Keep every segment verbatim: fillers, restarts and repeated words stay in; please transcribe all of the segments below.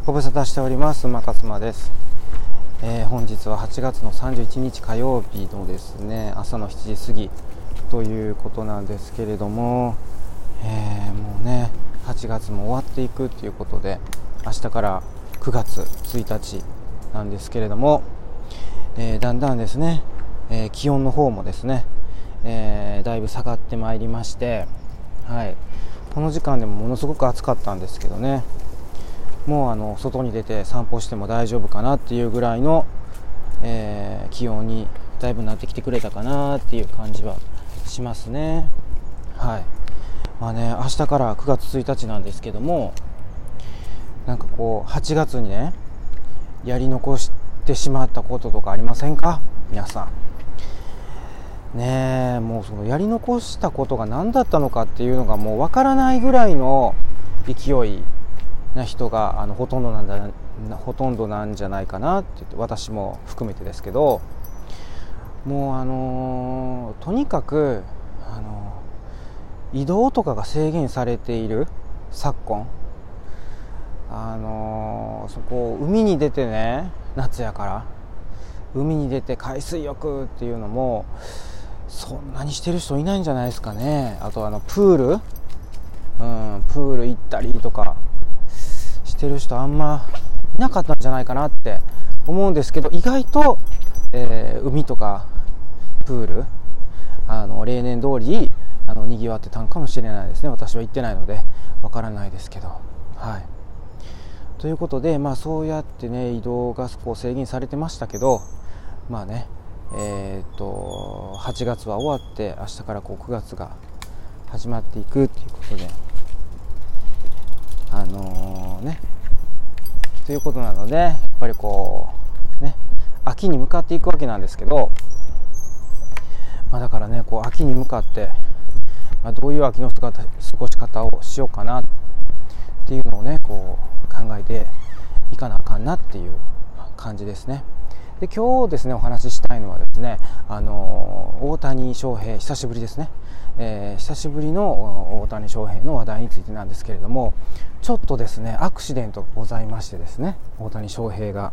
ご無沙汰しております馬勝間です、えー、本日ははちがつのさんじゅういちにち火曜日のですね朝のしちじ過ぎということなんですけれども、えー、もうねはちがつも終わっていくということで、明日からくがつついたちなんですけれども、えー、だんだんですね、えー、気温の方もですね、えー、だいぶ下がってまいりまして、はい、この時間でもものすごく暑かったんですけどね、もうあの外に出て散歩しても大丈夫かなっていうぐらいの、えー、気温にだいぶなってきてくれたかなっていう感じはしますね。はい。まあね、明日からくがつついたちなんですけども、なんかこうはちがつにねやり残してしまったこととかありませんか、皆さん。ねえ、もうそのやり残したことが何だったのかっていうのがもうわからないぐらいの勢いな人があのほとんどなんだほとんどなんじゃないかなって言って、私も含めてですけど、もうあのー、とにかく、あのー、移動とかが制限されている昨今、あのー、そこ海に出てね、夏やから海に出て海水浴っていうのもそんなにしてる人いないんじゃないですかね。あとあのプール、うん、プール行ったりとかしてる人あんまいなかったんじゃないかなって思うんですけど、意外と、えー、海とかプールあの例年通りあの賑わってたんかもしれないですね。私は行ってないのでわからないですけど、はい。ということで、まあそうやってね移動がこう制限されてましたけど、まあねえー、とはちがつは終わって明日からこうくがつが始まっていくっていうことで、あのー、ねということなので、やっぱりこうね秋に向かっていくわけなんですけど、まあ、だからねこう秋に向かって、まあ、どういう秋の過ごし方をしようかなっていうのをねこう考えていかなあかんなっていう感じですね。で今日ですねお話ししたいのはですね、あの大谷翔平、久しぶりですね、えー、久しぶりの大谷翔平の話題についてなんですけれども、ちょっとですねアクシデントがございましてですね、大谷翔平が、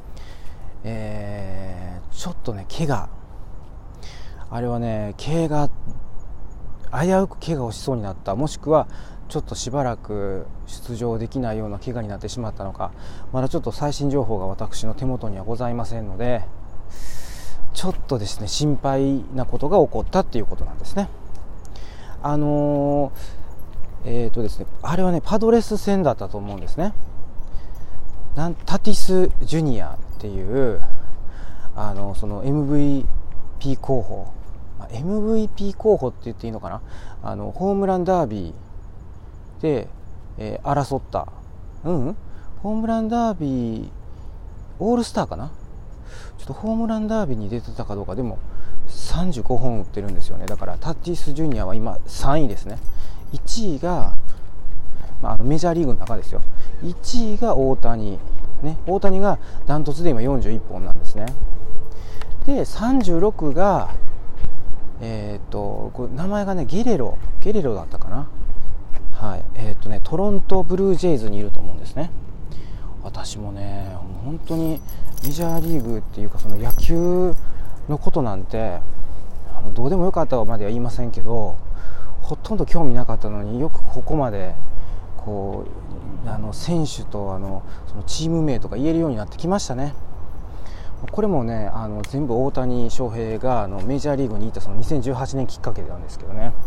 えー、ちょっとね怪我、あれはね怪我危うく怪我をしそうになった、もしくはちょっとしばらく出場できないような怪我になってしまったのか、まだちょっと最新情報が私の手元にはございませんので、ちょっとですね心配なことが起こったっていうことなんですね。あのー、えーとですねあれはねパドレス戦だったと思うんですね。なんタティスジュニアっていうあのその エムブイピー 候補、 エムブイピー 候補って言っていいのかな、あのホームランダービーで、えー、争った、うん、ホームランダービーオールスターかな、ちょっとホームランダービーに出てたかどうか、でもさんじゅうごほん打ってるんですよね。だからタティスジュニアは今さんいですね。いちいが、まあ、あのメジャーリーグの中ですよ。いちいが大谷、ね、大谷がダントツで今よんじゅういっぽんなんですね。でさんじゅうろくがえっ、ー、とこれ名前がねゲレロゲレロだったかな、はい、えっ、ー、とねトロントブルージェイズにいると思うんですね。私もね本当にメジャーリーグっていうかその野球のことなんてあのどうでもよかったまでは言いませんけど、ほとんど興味なかったのによくここまでこうあの選手とあのそのチーム名とか言えるようになってきましたね。これもねあの全部大谷翔平があのメジャーリーグに行ったそのにせんじゅうはちねんきっかけなんですけどね。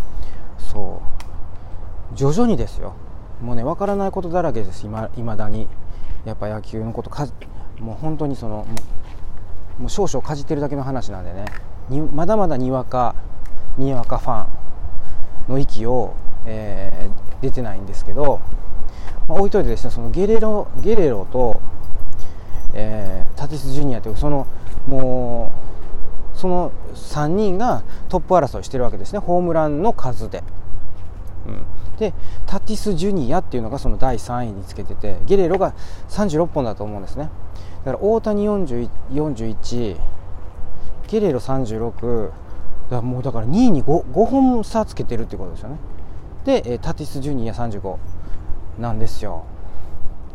そう徐々にですよ、もうね分からないことだらけです。今未だにやっぱ野球のことかもう本当にそのもう少々かじってるだけの話なんでね、にまだまだにわかにわかファンの域を、えー、出てないんですけど、まあ、置いといてですね、そのゲレロゲレロと、えー、タティスジュニアというそのもうそのさんにんがトップ争いしてるわけですね、ホームランの数で。うん、でタティスジュニアっていうのがそのだいさんいにつけてて、ゲレロがさんじゅうろっぽんだと思うんですね。だから大谷よんじゅう、よんじゅういち、ゲレロさんじゅうろくだからもうだからにいに 5, ごほん差つけてるってことですよね。でタティスジュニアさんじゅうごなんですよ。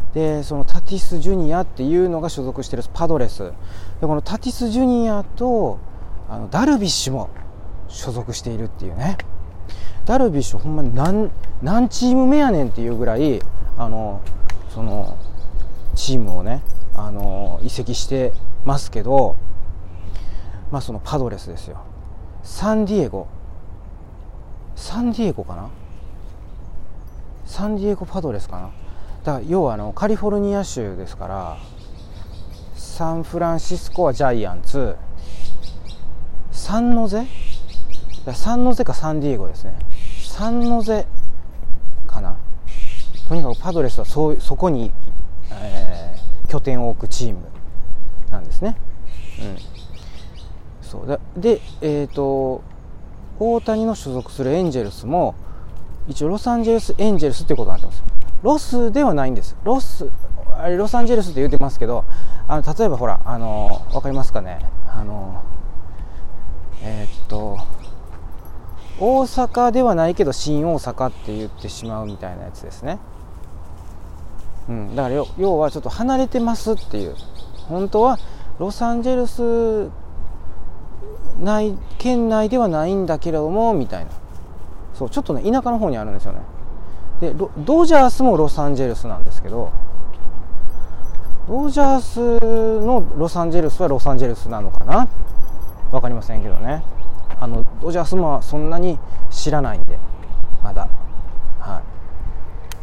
でそのタティス・ジュニアっていうのが所属しているパドレスで、このタティス・ジュニアとあのダルビッシュも所属しているっていうね。ダルビッシュほんまに 何, 何チーム目やねんっていうぐらいあのそのチームをねあの移籍してますけど、まあそのパドレスですよ。サンディエゴサンディエゴかなサンディエゴパドレスかな。だから要はあのカリフォルニア州ですから、サンフランシスコはジャイアンツ、サンノゼサンノゼかサンディエゴですね。サンノゼかな。とにかくパドレスは そ, そこに、えー、拠点を置くチームなんですね。うん、そうだで、えーと、大谷の所属するエンジェルスも一応ロサンゼルスエンジェルスっていうことになってます。ロスではないんです。ロスあれロサンゼルスって言ってますけど、あの例えばほらあのわかりますかね、あのえー、っと大阪ではないけど新大阪って言ってしまうみたいなやつですね。うん、だから要はちょっと離れてますっていう、本当はロサンゼルス内県内ではないんだけれどもみたいな、そうちょっとね田舎の方にあるんですよね。でドジャースもロサンゼルスなんですけど、ドジャースのロサンゼルスはロサンゼルスなのかな、わかりませんけどね。あのドジャースもそんなに知らないんでまだ、はい、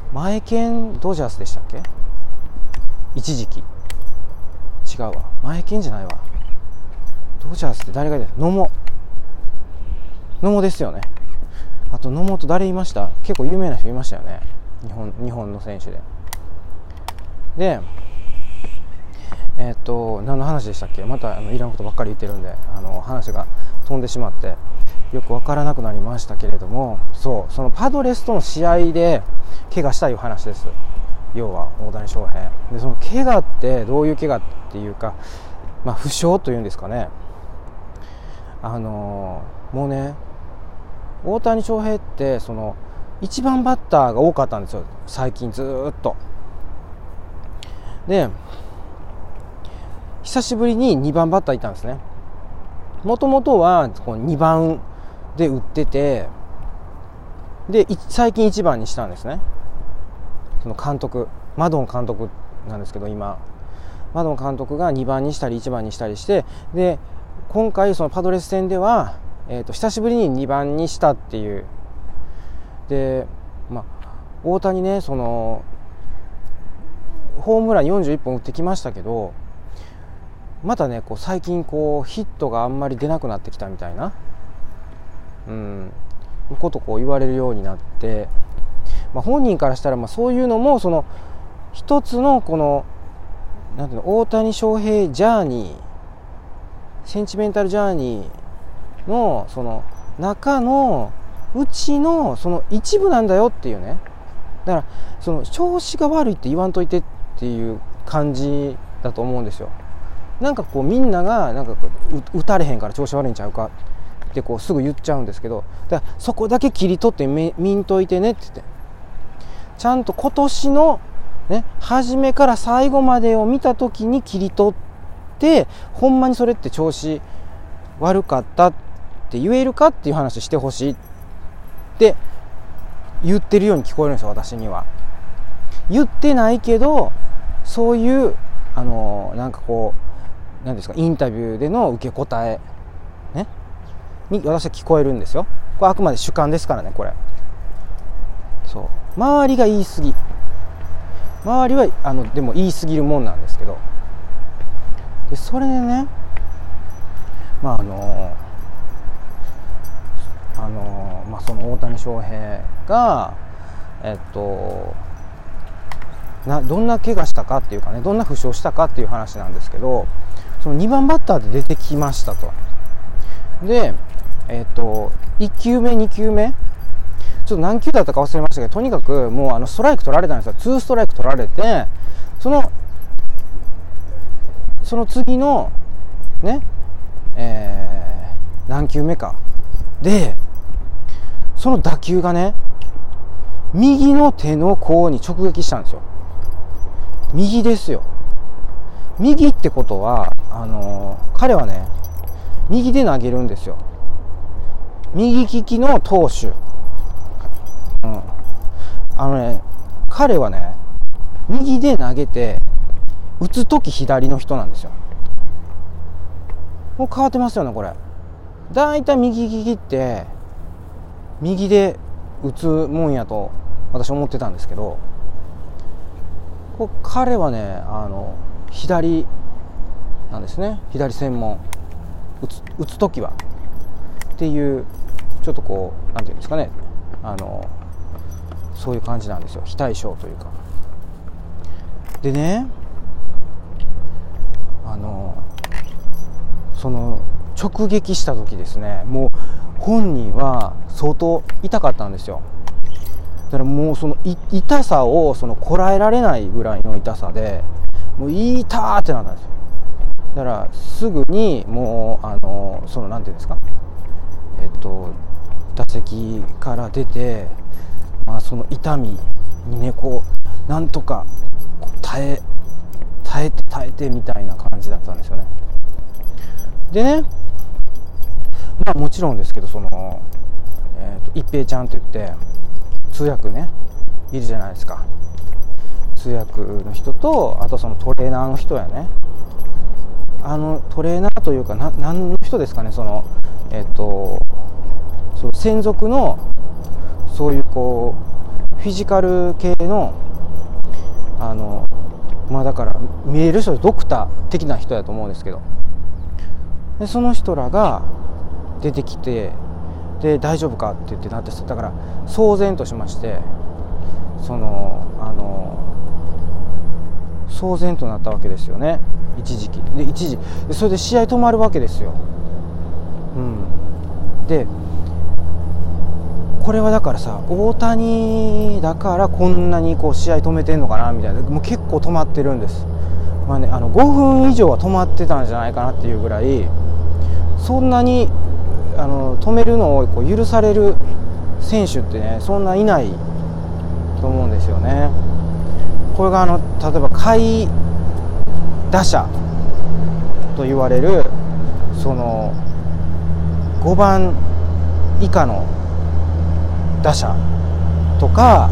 前県ドジャースでしたっけ、一時期。違うわ、前県じゃないわ。ドジャースって誰がいる？野茂野茂ですよね。あと野茂と誰いました？結構有名な人いましたよね、日本日本の選手で。でえっと何の話でしたっけ。またあのいらんことばっかり言ってるんであの話が飛んでしまってよく分からなくなりましたけれども、そうそのパドレスとの試合で怪我したいう話です。要は大谷翔平で、その怪我ってどういう怪我っていうか、まあ負傷というんですかね。あのー、もうね大谷翔平ってそのいちばんバッターが多かったんですよ最近ずーっと。で久しぶりににばんバッターいたんですね。もともとはこうにばんで打ってて、で最近いちばんにしたんですね。その監督マドン監督なんですけど、今マドン監督がにばんにしたりいちばんにしたりして、で今回そのパドレス戦では、えーと、久しぶりににばんにしたっていう。で、まあ、大谷ねそのホームランよんじゅういっぽん打ってきましたけど、またねこう最近こうヒットがあんまり出なくなってきたみたいな、うん、ことこう言われるようになって、まあ、本人からしたらまあそういうのもその一つのこのなんていうの大谷翔平ジャーニーセンチメンタルジャーニーのその中のうちのその一部なんだよっていうね。だからその調子が悪いって言わんといてっていう感じだと思うんですよ。なんかこうみんながなんかこう打たれへんから調子悪いんちゃうかってこうすぐ言っちゃうんですけど、だからそこだけ切り取ってみ見んといてねって言って、ちゃんと今年のね初めから最後までを見た時に切り取って、ほんまにそれって調子悪かったって言えるかっていう話してほしいって言ってるように聞こえるんですよ、私には。言ってないけどそういうあのなんかこう何ですかインタビューでの受け答え、ね、に私は聞こえるんですよ。これあくまで主観ですからね。これそう周りが言い過ぎ、周りはあのでも言い過ぎるもんなんですけど、でそれでねまああのあのまあその大谷翔平がえっとなどんな怪我したかっていうかね、どんな負傷したかっていう話なんですけど、そのにばんバッターで出てきましたと。でえっといっきゅうめにきゅうめちょっと何球だったか忘れましたけど、とにかくもうあのストライク取られたんですよ。ツーストライク取られて、そのその次のねえー、何球目かでその打球がね右の手の甲に直撃したんですよ。 右ですよ。右ってことはあの彼はね右で投げるんですよ。右利きの投手、うん、あのね彼はね右で投げて打つとき左の人なんですよ。もう変わってますよねこれ。だいたい右利きって右で打つもんやと私思ってたんですけど、こう彼はねあの左なんですね。左専門、打つ打つときはっていうちょっとこうなんていうんですかね、あのそういう感じなんですよ。非対称というかでね、あのその直撃した時ですね、もう本人は相当痛かったんですよ。だからもうその痛さをそのこらえられないぐらいの痛さで、もう痛ーってなったんですよ。だからすぐにもうあのそのなんていうんですか、えっと打席から出て、まあ、その痛みにねこうなんとか耐え耐えて耐えてみたいな感じだったんですよね。でね、まあもちろんですけど、その、えーと、一平ちゃんって言って通訳ねいるじゃないですか。通訳の人と、あとそのトレーナーの人やね、あのトレーナーというかな何の人ですかね、そのえっ、ー、とその専属のそういうこうフィジカル系のあのまあだから見える人でドクター的な人やと思うんですけど、でその人らが出てきて、で大丈夫かって言ってなって、だから騒然としまして、そのあの騒然となったわけですよね、一時期で一時でそれで試合止まるわけですよ。うんでこれはだからさ、大谷だからこんなにこう試合止めてんのかなみたいな、もう結構止まってるんです。まあね、あのごふん以上は止まってたんじゃないかなっていうぐらい、そんなにあの止めるのをこう許される選手ってね、そんないないと思うんですよね。これがあの例えば下位打者と言われるそのごばん以下の打者とか、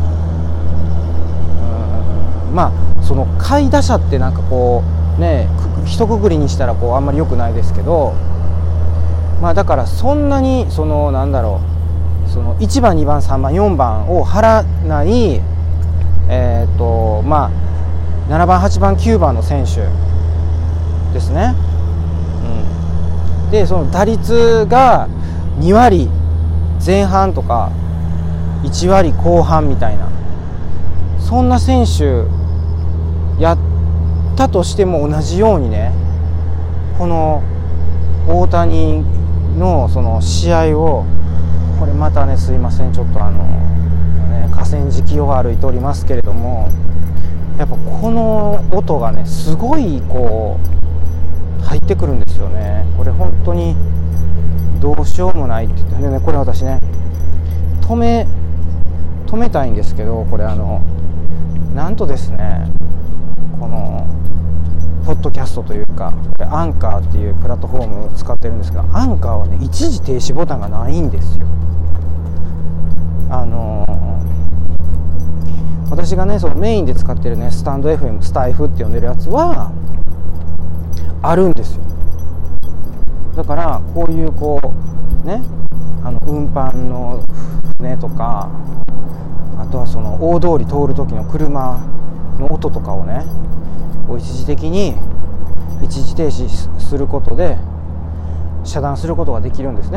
うん、まあその下位打者ってなんかこうね一括りにしたらこうあんまり良くないですけど、まあだからそんなにそのなんだろう、そのいちばんにばんさんばんよんばんを張らないえっとまあななばんはちばんきゅうばんの選手ですね。うん、でその打率がにわりぜん半とかいちわりこう半みたいな、そんな選手やったとしても同じようにね、この大谷のその試合を、これまたねすいませんちょっとあの、ね、河川敷を歩いておりますけれども、やっぱこの音がねすごいこう入ってくるんですよね。これ本当にどうしようもないって言ってね、これ私ね止め止めたいんですけど、これあのなんとですね、このポッドキャストというかアンカーっていうプラットフォームを使ってるんですけど、アンカーはね一時停止ボタンがないんですよ。あのー、私がねそのメインで使ってるねスタンド エフエム スタイフって呼んでるやつはあるんですよ。だからこういうこうねあの運搬の船とか、あとはその大通り通る時の車の音とかをねこう一時的に一時停止することで遮断することができるんですね。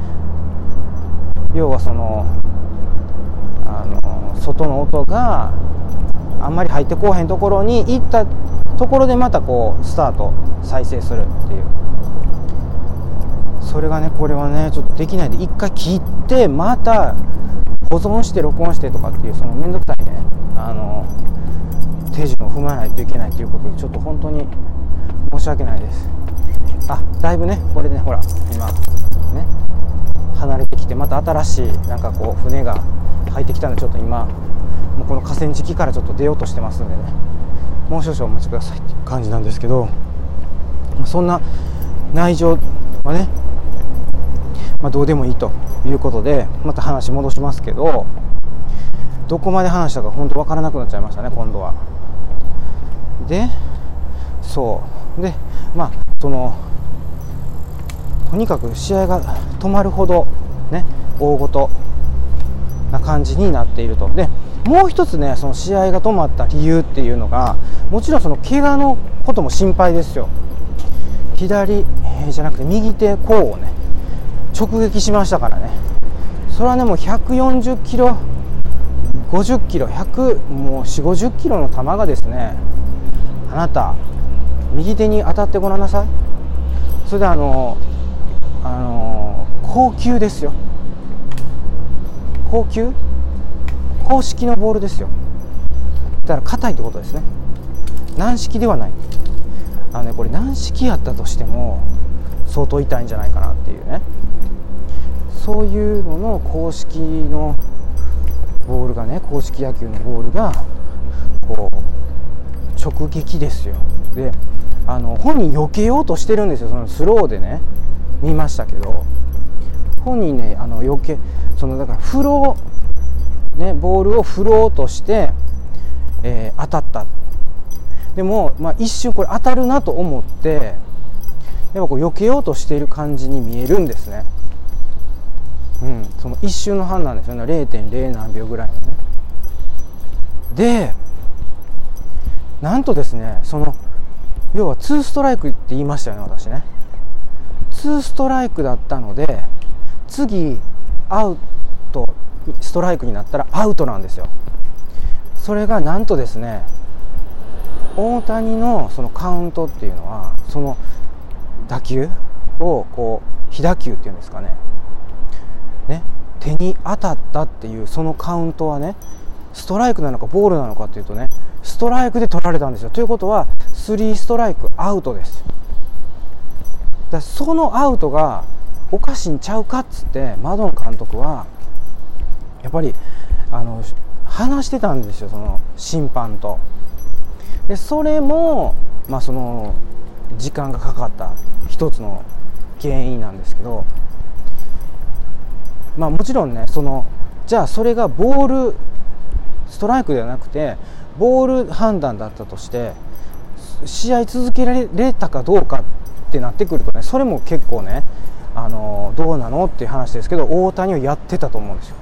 要はそのあの外の音があんまり入ってこうへんところに行ったところでまたこうスタート再生するっていう、それがねこれはねちょっとできないで、一回切ってまた保存して録音してとかっていう、そのめんどくさいねあの手順を踏まないといけないということで、ちょっと本当に申し訳ないです。あ、だいぶねこれでねほら今ね離れてきて、また新しいなんかこう船が入ってきたので、ちょっと今もうこの河川敷からちょっと出ようとしてますんでね、 もう少々お待ちくださいっていう感じなんですけど、そんな内情はね、まあ、どうでもいいということで、また話戻しますけど、どこまで話したか本当分からなくなっちゃいましたね、今度は。で、そうで、まあそのとにかく試合が止まるほどね、大ごとな感じになっていると。で、もう一つね、その試合が止まった理由っていうのが、もちろんその怪我のことも心配ですよ。左、えー、じゃなくて右手甲をね直撃しましたからね。それはね、もうひゃくよんじゅっキロ、ごじゅっキロ、ひゃく、もうよんじゅう、ごじゅっキロの球がですね、あなた右手に当たってごらんなさい。それであのあの高級ですよ。高級公式のボールですよ。だから硬いってことですね。軟式ではない。あのね、これ軟式やったとしても相当痛いんじゃないかなっていうね、そういうのの公式のボールがね、公式野球のボールがこう直撃ですよ。で、あの本人避けようとしてるんですよ。そのスローでね見ましたけど、本人ね、あの避けそのだから振ろうね、ボールを振ろうとして、えー、当たった。でも、まあ、一瞬これ当たるなと思ってやっぱこう避けようとしている感じに見えるんですね。うん、その一瞬の判断ですよね。 れいてんれい 何秒ぐらいのね。で、なんとですね、その要はツーストライクって言いましたよね、私ね。ツーストライクだったので、次アウトストライクになったらアウトなんですよ。それがなんとですね、大谷のそのカウントっていうのは、その打球をこう被打球っていうんですかね、ね、手に当たったっていうそのカウントはね、ストライクなのかボールなのかっていうとね、ストライクで取られたんですよ。ということはスリーストライクアウトです。だそのアウトがおかしいんちゃうかっつってマドン監督はやっぱりあの話してたんですよ、その審判と。でそれも、まあ、その時間がかかった一つの原因なんですけど、まあもちろんね、そのじゃあそれがボールストライクではなくてボール判断だったとして試合続けられたかどうかってなってくるとね、それも結構ね、あのどうなのっていう話ですけど、大谷はやってたと思うんですよ。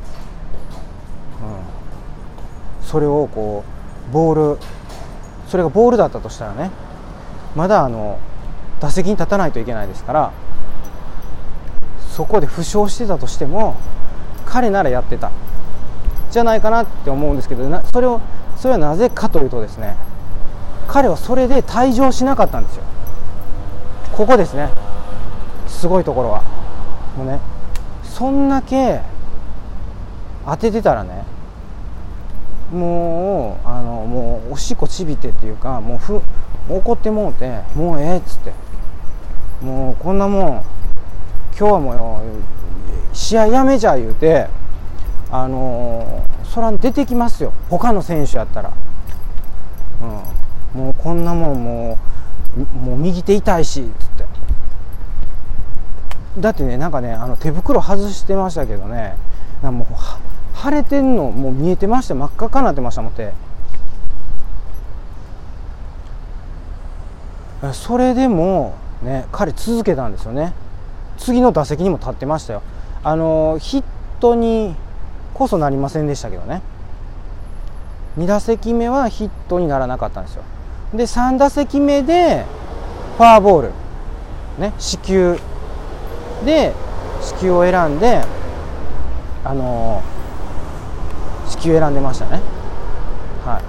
うん、それをこうボールそれがボールだったとしたらね、まだあの打席に立たないといけないですから、そこで負傷してたとしても彼ならやってたじゃないかなって思うんですけど、なそれをそれはなぜかというとですね、彼はそれで退場しなかったんですよ。ここですね、すごいところは。もうね、そんだけ当ててたらね、もうあのもうおしっこちびてっていうか、もうふ怒ってもうて、もうええっつって、もうこんなもん今日はもう試合やめじゃ言うて、あのー、そら出てきますよ、他の選手やったら。うん、もうこんなもんもうもう右手痛いしっつって。だってね、なんかね、あの手袋外してましたけどね、なんかもう腫れてんのもう見えてました。真っ赤っかになってましたもん、手。それでもね、彼続けたんですよね。次の打席にも立ってましたよ。あのヒットにこそなりませんでしたけどね、に打席目はヒットにならなかったんですよ。でさん打席目でフォアボールね、四球で四球を選んで、あのー、四球選んでましたね。はい、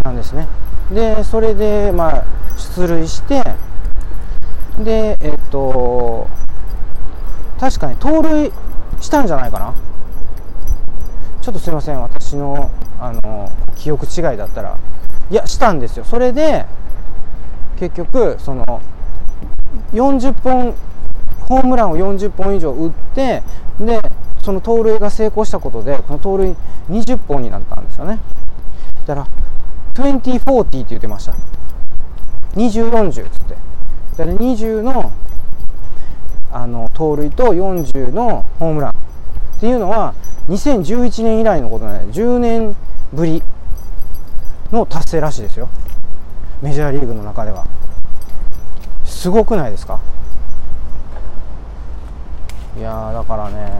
なんですね。でそれでまあ出塁して、でえっと確かに盗塁したんじゃないかな。ちょっとすいません、私のあの記憶違いだったら、いやしたんですよ。それで結局そのよんじゅっぽんホームランをよんじゅっぽん以上打って、でその盗塁が成功したことでこの盗塁にじゅっぽんになったんですよね。だからにじゅう、よんじゅうって言ってました。にじゅう、よんじゅうっつって。だからにじゅうのあの盗塁とよんじゅうのホームランっていうのはにせんじゅういちねん以来のことなので、じゅうねんぶりの達成らしいですよ。メジャーリーグの中では。すごくないですか？いやーだからね、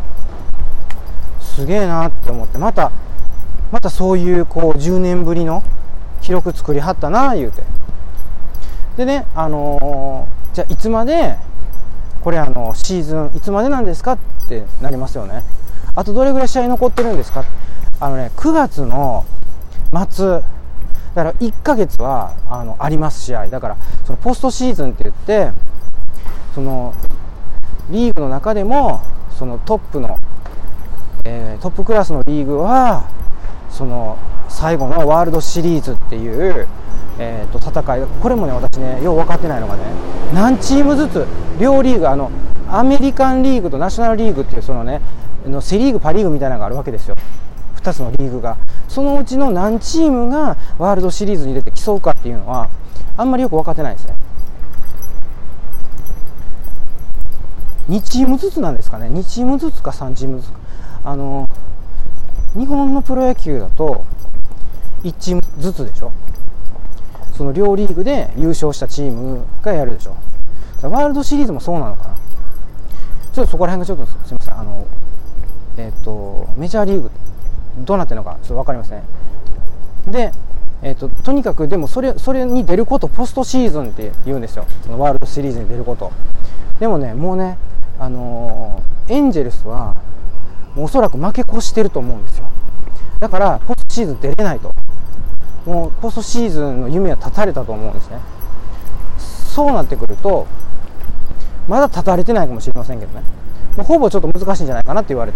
すげえなって思って、またまたそういうこうじゅうねんぶりの記録作りはったな言うて。でね、あのー、じゃあいつまでこれあのシーズンいつまでなんですかってなりますよね。あとどれぐらい試合残ってるんですか。あのね、くがつの末だからいっかげつはあのあります試合だから、そのポストシーズンって言って、そのリーグの中でもそのトップの、えー、トップクラスのリーグはその最後のワールドシリーズっていう、えー、と戦い、これもね私ねよう分かってないのがね、何チームずつ両リーグ、あのアメリカンリーグとナショナルリーグっていうそのねのセリーグパリーグみたいなのがあるわけですよ。ふたつのリーグが、そのうちの何チームがワールドシリーズに出て競うかっていうのはあんまりよく分かってないですね。にチームずつなんですかね。にチームずつかさんチームずつか。あの日本のプロ野球だといちチームずつでしょ。その両リーグで優勝したチームがやるでしょ。ワールドシリーズもそうなのかな。ちょっとそこら辺がちょっとすみません、あのえっ、ー、とメジャーリーグどうなってるのかちょっと分かりません。で、えー、ととにかくでもそれそれに出ることポストシーズンって言うんですよ。そのワールドシリーズに出ること。でもね、もうね、あのー、エンジェルスはもうおそらく負け越してると思うんですよ。だからポストシーズン出れないと、もうポストシーズンの夢は絶たれたと思うんですね。そうなってくるとまだ絶たれてないかもしれませんけどね、もうほぼちょっと難しいんじゃないかなって言われて、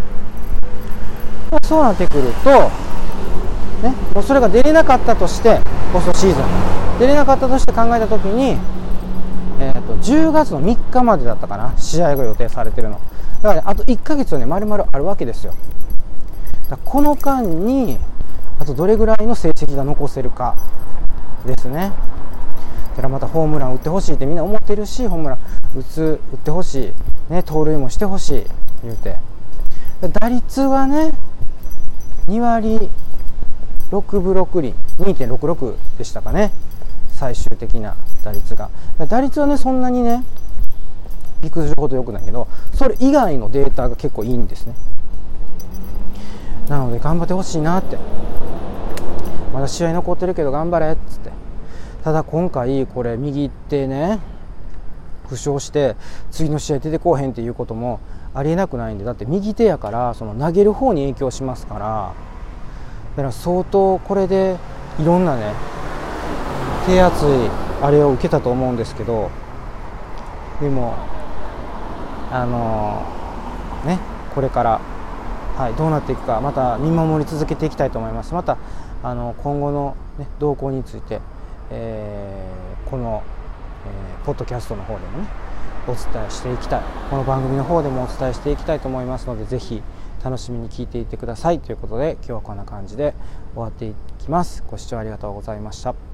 そうなってくると、ね、もうそれが出れなかったとして、ポストシーズン出れなかったとして考えたときに、えー、とじゅうがつのみっかまでだったかな、試合が予定されてるのだから、ね、あといっかげつはね丸々あるわけですよ。だからこの間にあとどれぐらいの成績が残せるかですね。だからまたホームラン打ってほしいってみんな思ってるし、ホームラン打つ打ってほしい、ね、盗塁もしてほしい言うて、打率はねにわりろくぶろくりん にてんろくろく でしたかね、最終的な打率が。打率はねそんなにねびっくりするほど良くないけど、それ以外のデータが結構いいんですね。なので頑張ってほしいなって、まだ試合残ってるけど頑張れっつって。ただ今回これ右手ね負傷して次の試合出てこうへんっていうこともありえなくないんで、だって右手やからその投げる方に影響しますから、だから相当これでいろんなね手厚いあれを受けたと思うんですけど、でもあのー、ねこれから、はい、どうなっていくかまた見守り続けていきたいと思います。またあの今後の、ね、動向について、えー、この、えー、ポッドキャストの方でもねお伝えしていきたい、この番組の方でもお伝えしていきたいと思いますので、ぜひ楽しみに聞いていてくださいということで、今日はこんな感じで終わっていきます。ご視聴ありがとうございました。